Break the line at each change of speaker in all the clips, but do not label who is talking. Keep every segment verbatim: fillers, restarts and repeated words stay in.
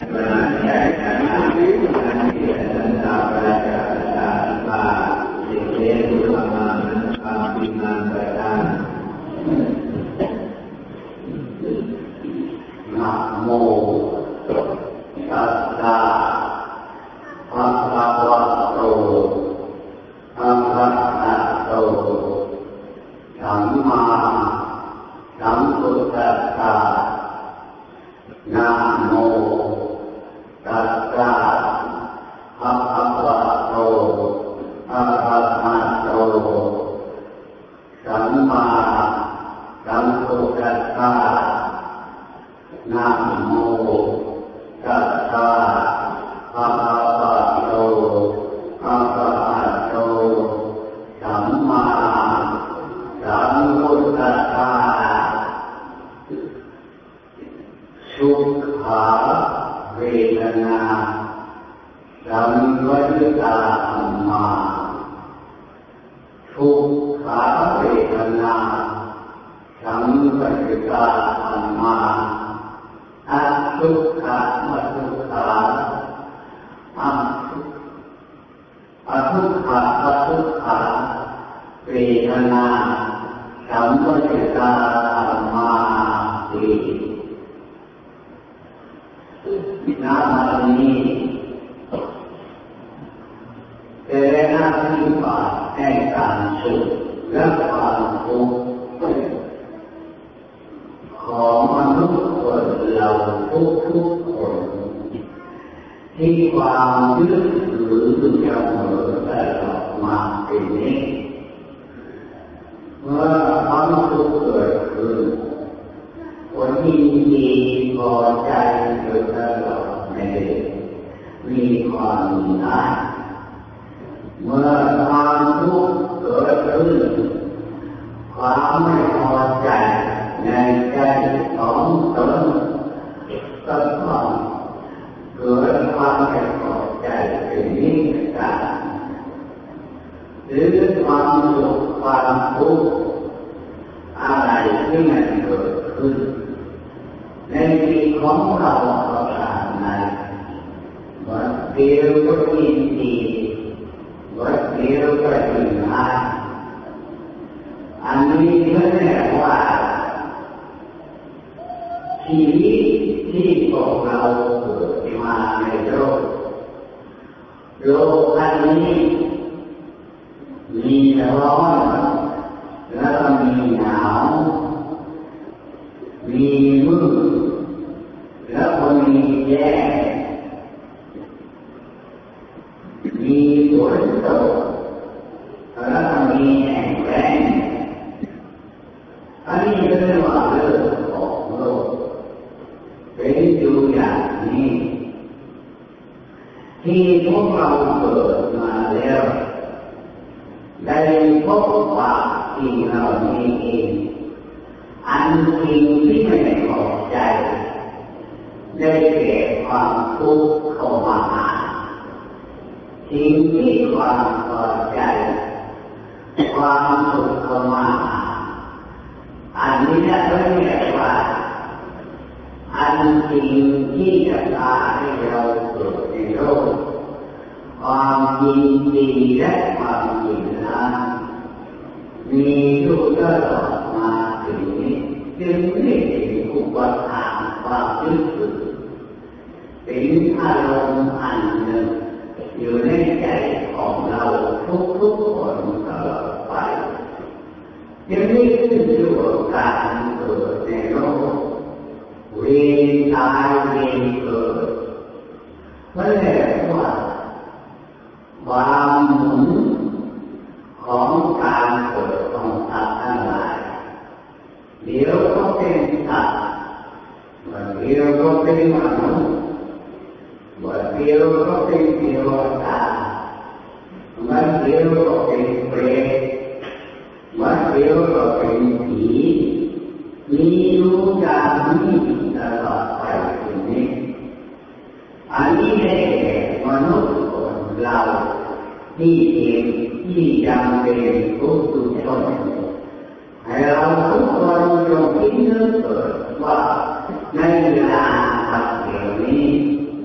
ที่เองที่จำเป็นทุกทุกชนให้เราทุกคนจงคิดนึกเถิดว่าในเวลาทับเดี๋ยวนี้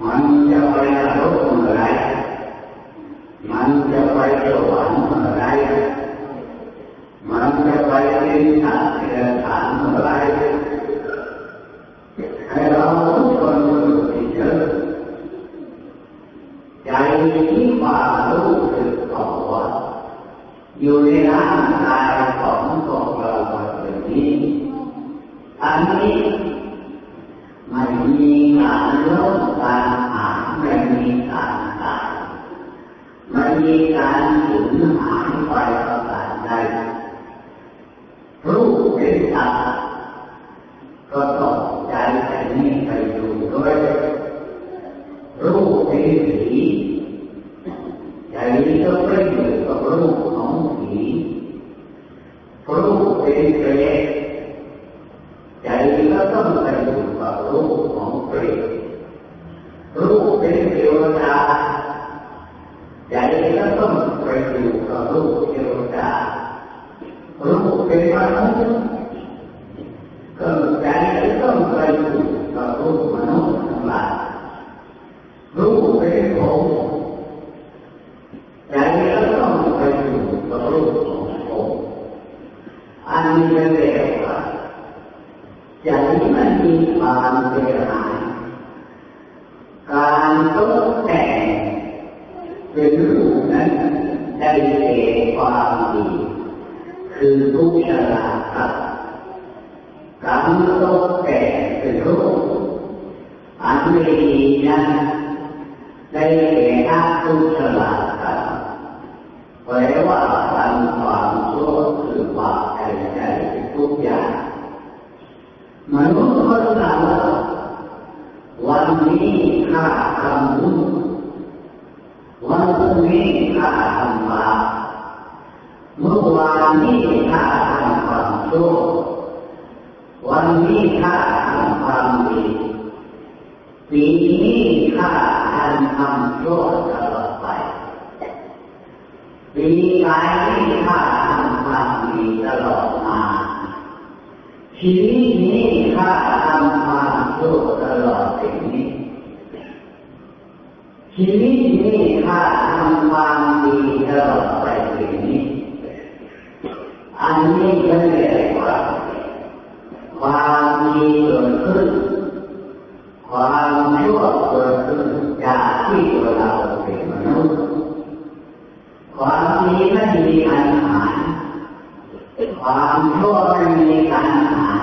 มันจะไปนรกเมื่อไรมันจะไปสวรรค์เมื่อไรมันจะไปเป็นสัตว์เดรัจฉานเมื่อไรให้เราทุกคนรู้ที่เจอใจที่ความรู้สึกของว่าอยู่ในร่างกายของพวกเราแบบนี้อันนี้ไม่มีการลดการหาไม่มีการตัดไม่มีการสูญหายไปประการใดรู้เป็นสัตว์ก็ต้องใจแต่นี้ไปดูด้วยรู้เป็นผีใจก็ไปอยู่กับรูปของผีรู้เป็นเปรตใจก็ต้องไปอยู่กับรูปของเปรตรูปเป็นเทวดาใจก็ต้องไปอยู่กับรูปเทวดารูปเป็นมนุษย์ก็ใจก็ต้องไปอยู่กับรูปมนุษย์ทั้งหลายรูปเป็นพรหมใจก็ต้องไปอยู่กับรูปของพรหมอันนี้เรียกว่าใจมันมีความเสียหายการตกแต่งเป็นรูปนั้นได้แก่ความดีคือทุกชราครับการตกแต่งเป็นรูปอันไม่ดีนั้นได้แก่อทุกชราครับแปลว่าทำความชั่วคือบาปใจทุกอย่างมนุษย์คนเราวันนี้ข้าทำบุญวันพรุ่งนี้ข้าทำบาปเมื่อวานนี้ข้าทำความชั่ววันนี้ข้าทำความดีปีนี้ข้าทำความชั่วตลอดไปปีกลายนี้ข้าทำความดีตลอดมาชีวิตนี้ข้าทำความชั่วตลอดไปนี้ชีวิตนี้ข้าทำความดีตลอดไปนี้อันนี้ก็เรียกว่าความดีเกิดขึ้นความชั่วเกิดขึ้นจากที่เราเป็นมนุษย์ความดีไม่มีการหารความชั่วไม่มีการหา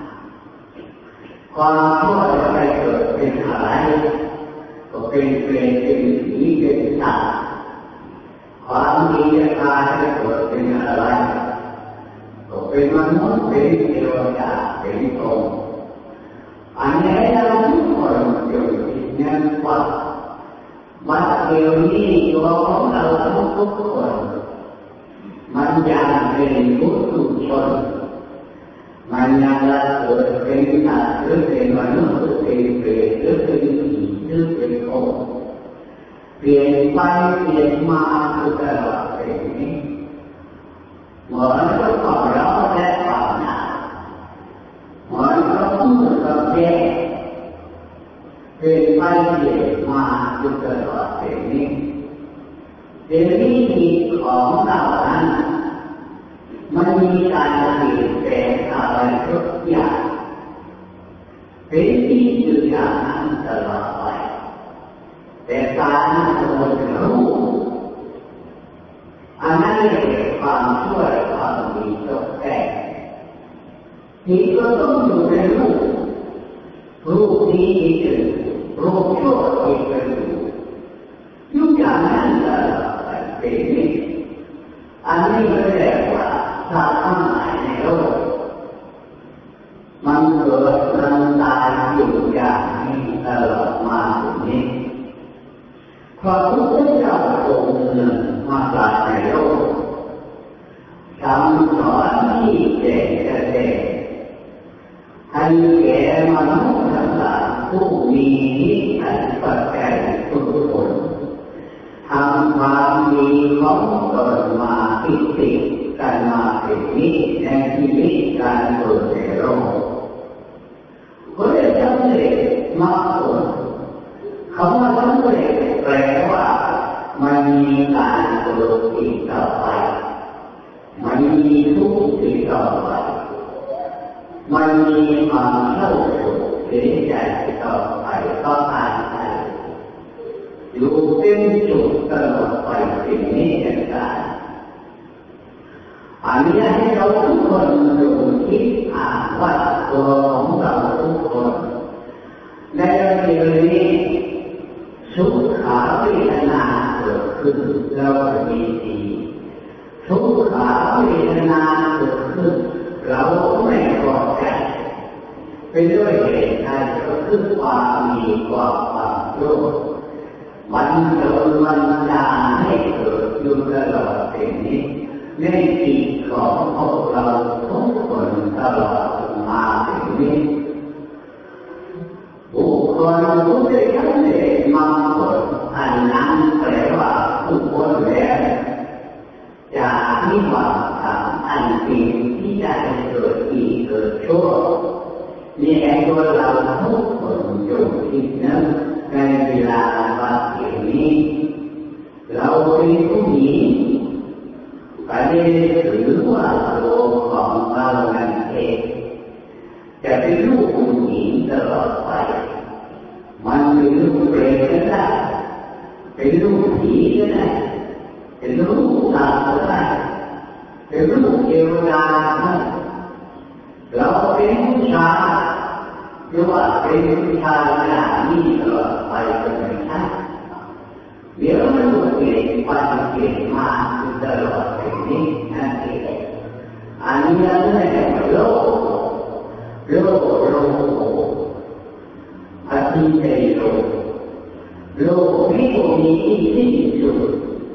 ความชั่วจะไปเกิดเป็นอะไรก็เป็นเปรตเป็นผีเป็นสัตว์ความดีจะกลายไปเกิดเป็นอะไรก็เป็นมนุษย์เป็นเทวดาเป็นพรหมอันนี้เราทุกคนอยู่ที่นั่นว่าบัดเดี๋ยวนี้ตัวของเราทุกคนมันยังเป็นบุตุชนมันยังละเกิดเป็นสัตว์หรือเป็นมนุษย์หรือเป็นเปรตหรือเป็นผีหรือเป็นพรหมเปลี่ยนไปเปลี่ยนมาตลอดเป็นนี้เหมือนกับความร้อนและความหนาวเหมือนกับมืดกับแจ้งเปลี่ยนไปเปลี่ยนมาตลอดเป็นนี้เดี๋ยวนี้มีของเหล่านั้นมันมีการเปลี่ยนแปลงอะไรทุกอย่างเป็นที่อยู่อย่างนั้นตลอดไปแต่การสมมติรู้อันนั้นเรียกความช่วยความดีตกแต่งที่ก็ต้องอยู่ในรูปรูปนี้คือรูปชั่วที่เป็นอยู่อย่างนั้นตลอดไปเป็นนี้อันนี้ก็เรียกว่าสัตว์ทั้งหลายในโลกมันเกิดมันตายอยู่อย่างนี้ตลอดมาถึงนี้พระพุทธเจ้าองค์หนึ่งมาตรัสในโลกคำสอนที่แก่แก่ให้แก่มนุษย์ทั้งหลายผู้มีนิสัยปัจจัยทุกคนทำความดีของตนมาติดติดกันมาเป็นนิจในชีวิตการเกิดในโลกก็ได้สำเร็จมรรคผลเขาที่ต่อไปมันมีความเศร้าโศกเสียใจต่อไปก็ตายไปอยู่เป็นสุขตลอดไปสิ่งนี้จะได้อันนี้ให้เราทุกคนจงคิดอ่านว่าตัวของเราทุกคนในเรื่องนี้สุขาเวทนาเกิดขึ้นเรามีดีทุกขาเวทนาเกิดขึ้นเราไม่พอใจเป็นด้วยเหตุใดก็คือความมีความโลภมันโดนมันดาให้เกิดอยู่ตลอดสิ่งนี้ในจิตของพวกเราทุกคนตลอดมาถึงนี้บุคคลผู้ได้ทำได้มาผลอันนั้นแปลว่าทุกคนแล้วจากที่ว่าทำอันสิ่งที่ได้เกิดอีกเกิดชั่วนี่เองตัวเราทุกคนจงคิดนะในเวลาว่าสิ่งนี้เราเป็นผู้หญิงก็ได้ถือว่าตัวของเรานั่นเองจะเป็นลูกผู้หญิงตลอดไปมันเป็นลูกเปรตก็ได้เป็นลูกผีก็ได้เป็นลูกตาก็ได้เป็นลูกเทวดาก็ได้เราเป็นผู้ชายหรือว่าเป็นผู้ชายหน้านี้ตลอดไปก็ไม่ใช่เดี๋ยวมันก็เปลี่ยนไปเปลี่ยนมาตลอดไปนี้นั่นเองอันนี้นั่นแหละโลกโลกโลกอธิเตโลกโลกไม่มีที่สิ้นสุด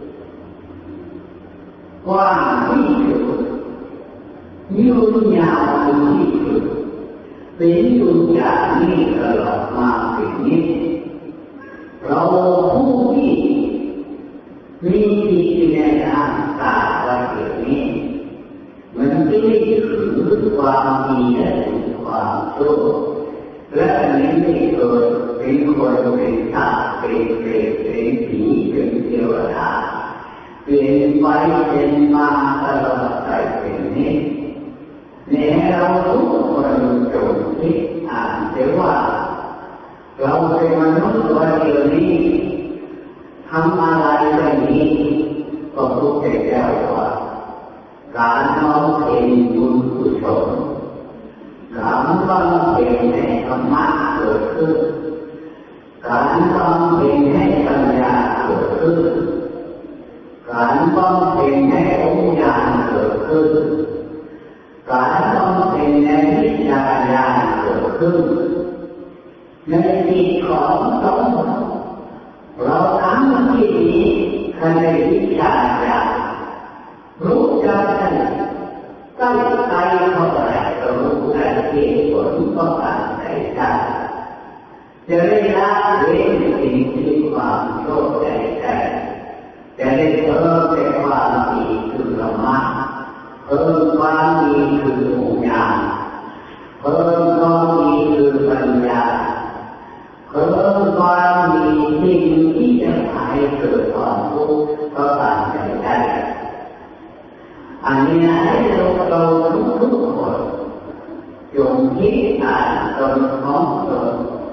กว้างที่สุดยืนยาวที่สุดเป็นอยู่อย่างนี้ตลอดมาถึงนี้เราผู้ที่มีจิตในทางกายว่าอย่างนี้มันจะไม่ถือความดีและความชั่วและนี้ไม่เกิดเป็นคนเป็นสัตว์เป็นเปรตเป็นผีเป็นเทวดาเป็นไปเป็นมาตลอดไปเป็นนี้เนี่ยเราทุกคนจงคิดอ่านเสียว่าเราเป็นมนุษย์ตัวเดียวนี้ทำอะไรแบบนี้ก็รู้ใจแล้วว่าการน้อมเพ็ญบุญกุศลการบำเพ็ญให้ธรรมะเกิดขึ้นการบำเพ็ญให้ปัญญาเกิดขึ้นการบำเพ็ญให้องค์ญาณเกิดขึ้นการบำเพ็ญให้วิชาญาณเกิดขึ้นในจิตของสงฆ์เราทำที่นี้ในวิชาญาณรู้จักกันใกล้ใจเข้าไปรู้ได้เหตุผลต้องการใส่ใจจะได้ละเว้นสิ่งที่ความโชคใจใจจะได้เพิ่มในความดีคือธรรมะเพิ่มความดีคือองค์ญาณเพิ่มความดีคือปัญญาเพิ่มความดีสิ่งที่จะให้เกิดความทุกข์ก็ตามใจได้อันนี้ให้เราเราทุกคนจงคิดอ่านตนของตน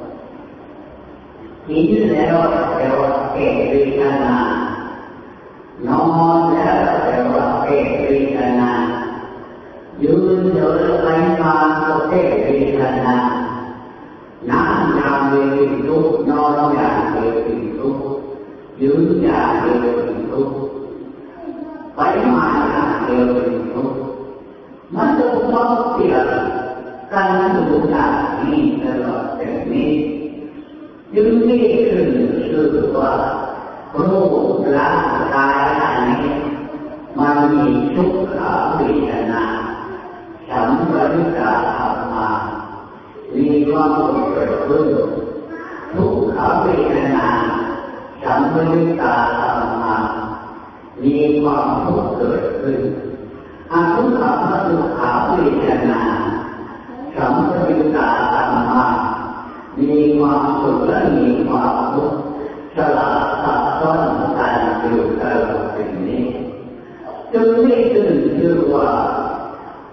กินแล้วแต่ว่าเกิดเวทนานอนแล้วแต่ว่าเกิดเวทนายืนเดินไปมาก็เกิดเวทนานั่งอย่างเดียวเป็นทุกข์นอนอย่างเดียวเป็นทุกข์ยืนอย่างเดียวเป็นทุกข์ไปมาอย่างเดียวเป็นทุกข์มันจะต้องเสียการดูอย่างนี้ตลอดแบบนี้ยึดนี่คือชื่อว่ารูปร่างกายอันนี้มันมีทุกขเวทนาสัมปริตาธรรมามีความเกิดขึ้นทุกขเวทนาสัมปริตาธรรมามีความทุกข์เกิดขึ้นอทุกขมทุกขเวทนาสัมปริตาธรรมามีความสุขและมีความทุกข์สลับซับซ้อนกันอยู่ตลอดสิ่งนี้จึงไม่ตื่นชื่อว่า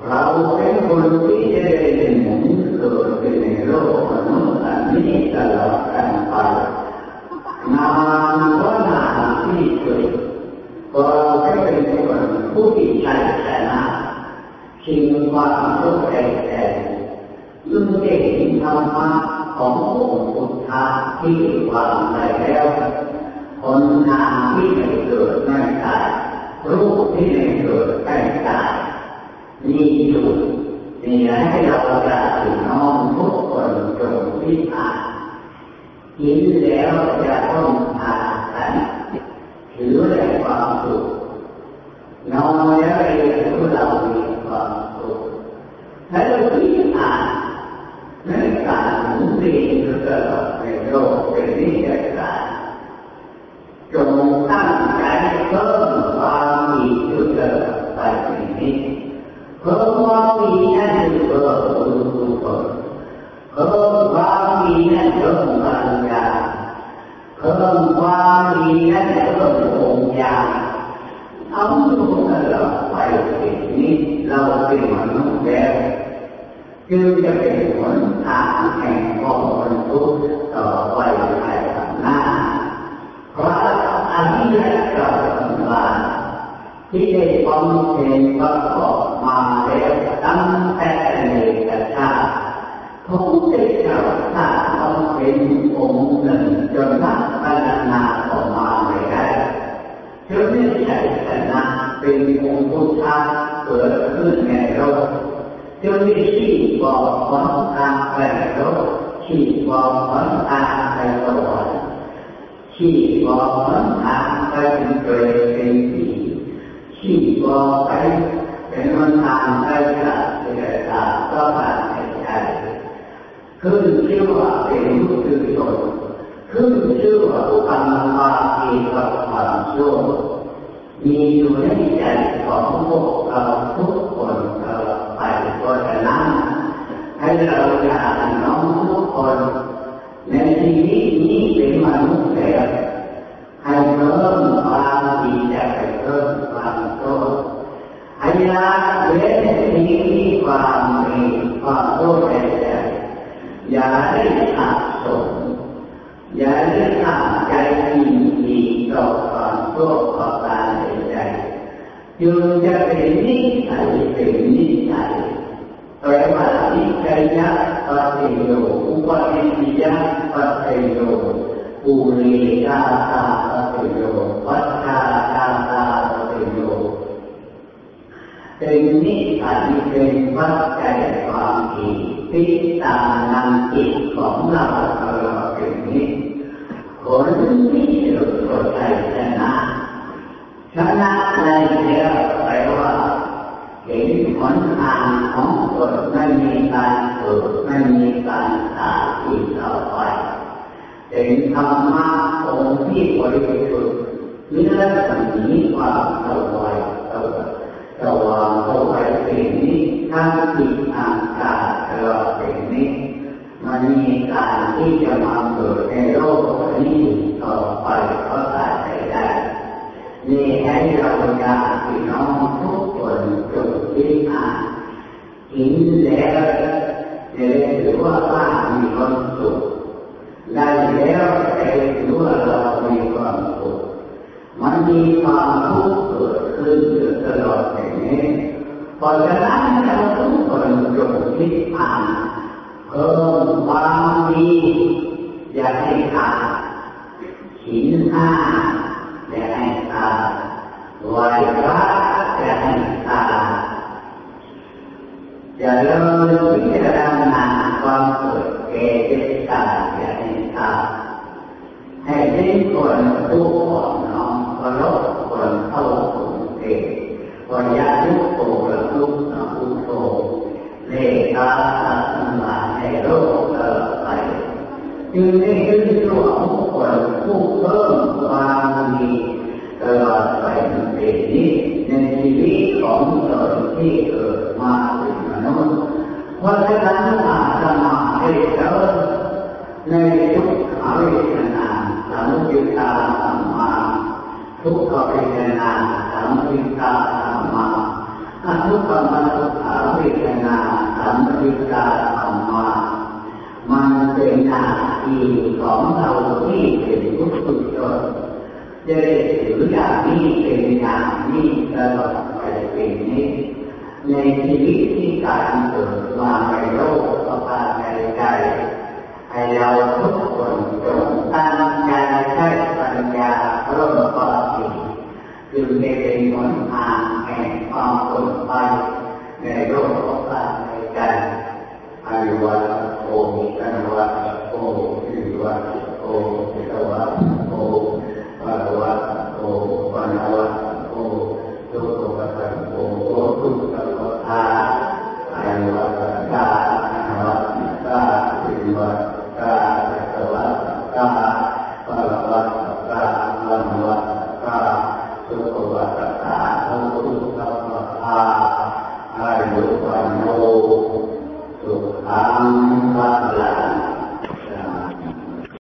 เราเป็นคนที่จะได้หมุนเกิดขึ้นในโลกมนุษย์อันนี้ตลอดกันไปนานก็นานที่สุดก็เราได้เป็นคนผู้ที่ชัยชนะชิงความรู้แก่แก่ซึ่งได้เห็นธรรมะขององค์พุทธะที่วางไว้แล้วคนทางที่ไม่เกิดไม่ตายรูปที่ไม่เกิดไม่ตายมีอยู่มีให้เราจะถึงน้องทุกคนจงพิจารณาเห็นแล้วจะต้องทานกันถือได้ความสุขนอนแล้วเรียนรู้เรามีความสุขและเราพิจารณาในการหมุนเวียนเกิดในโลกเป็นนิจการจงตั้งใจเพิ่มความมีอยู่เกิดไปนี้เพิ่มความมีนั่นคือเพิ่มรู้เพิ่มเพิ่มความมีนั่นเพิ่มปัญญาเพิ่มความมีนั่นเพิ่มองค์ญาเอาดูตลอดไปสิ่งนี้เราเป็นมนุษย์แล้วจึงจะเป็นผลทางแห่งความบรรลุต่อไปภายข้างหน้าเพราะอันนี้แหละเราทำงานที่ได้บำเพ็ญประกอบมาแล้วตั้งแต่ในกระชาพระพุทธเจ้าสร้างบำเพ็ญองค์หนึ่งจนนับพัฒนาออกมาไม่ได้จนได้ชัยชนะเป็นองค์พุทธะเกิดขึ้นในโลกจนได้ชี้บอกหนทางไปโลกชี้บอกหนทางไปสวรรค์ชี้บอกหนทางไปเป็นเปรตเป็นผีชี้บอกไปเป็นหนทางไปจากเกิดตาก็ผ่านในใจขึ้นชื่อว่าเป็นผู้ตื่นตนขึ้นชื่อว่าผู้กำลังมาทีกับความชั่วมีอยู่ในใจของพวกเราทุกคนเราไปเพราะฉะนั้นให้เราอย่าน้อมทุกคนในชีวิตนี้เป็นมนุษย์แล้วให้เพิ่มความดีจะไปเพิ่มความชั่วให้ละเว้นสิ่งที่ความมีความชั่วในใจอย่าได้สะสมอย่าได้ตั้งใจยินดีต่อความชั่วต่อการในใจจึงจะเป็นนิสัยเป็นนิสัยแปลว่านิสัยยะปฏิโยอุปนิสัยปฏิโยปุริยาตาปฏิโยวัฏฏาตาตาปฏิโยเป็นนิสัยเป็นปัจจัยความคิดพิจารณาจิตของเราตลอดเป็นนิสผลที่สุดก็ใจชนะชนะในแล้วแปลว่าเห็นผลทางของตนไม่มีการเกิดไม่มีการตายอีกต่อไปเป็นธรรมะองค์ที่บริสุทธิ์เนื้อสันนิความสบายสว่างสบายเป็นนิสทั้งจิตทางกายตลอดเป็นนิสมันมีการที่จะมาเกิดในโลกนี้ต่อไปก็ตายไปได้นี่ให้เราอยากพี่น้องทุกคนจงคิดอ่านเห็นแล้วจะได้ถือว่าบ้านมีความสุขได้แล้วจะได้ถือว่าเรามีความสุขมันมีความทุกข์เกิดขึ้นอยู่ตลอดอย่างนี้เพราะฉะนั้นเราทุกคนจงคิดอ่านเพิ่มความดีอย่าให้ขาดศีลห้าอย่าให้ขาดไหวพระอย่าให้ขาดอย่าเลิกพิจารณาความเกิดแก่เจ็บตายอย่าให้ขาดให้เป็นคนผู้อ่อนน้อมเคารพคนเข้าถึงเองวันยาทุกโตและทุกนาทุกโตเลขาสัตว์ทั้งหลายในโลกตลอดไปจึงได้ขึ้นสู่ทุกคนผู้เพิ่มความดีตลอดไปเป็นนี้ในชีวิตของตนที่เกิดมาเป็นมนุษย์เพราะฉะนั้นอาตมาให้เราในทุกขเวทนาสมุทิตาสัมมาทุกขเวทนาสมุทิตาสัมมาอัตทุกขมสุขาเวทนาสัมปยุตตาธรรมะมันเป็นหน้าที่ของเราที่เป็นผู้ฝึกตนจะได้ถืออย่างนี้เป็นอย่างนี้ตลอดไปเป็นนี้ในชีวิตที่การเกิดมาในโลกประทานในใจให้เราทุกคนจงตั้งใจใช้ปัญญาร่วมกันจึงได้เป็นหนทางแห่งความปลอดภัยในโลกประทานในใจอายุวัตโอมิกัณวัตโอวิวัตโอวิตวัตโอปะวัตโอปะนวัตโอโยโตปัสสะโอโอทุกขโอทาอายุวัตกาอวัตกาวิวัตกาตวัตกาปะวัตกาวันวัตกาสุขวัตกาโอทุกขโอทาอายุวันโอสุขังพระ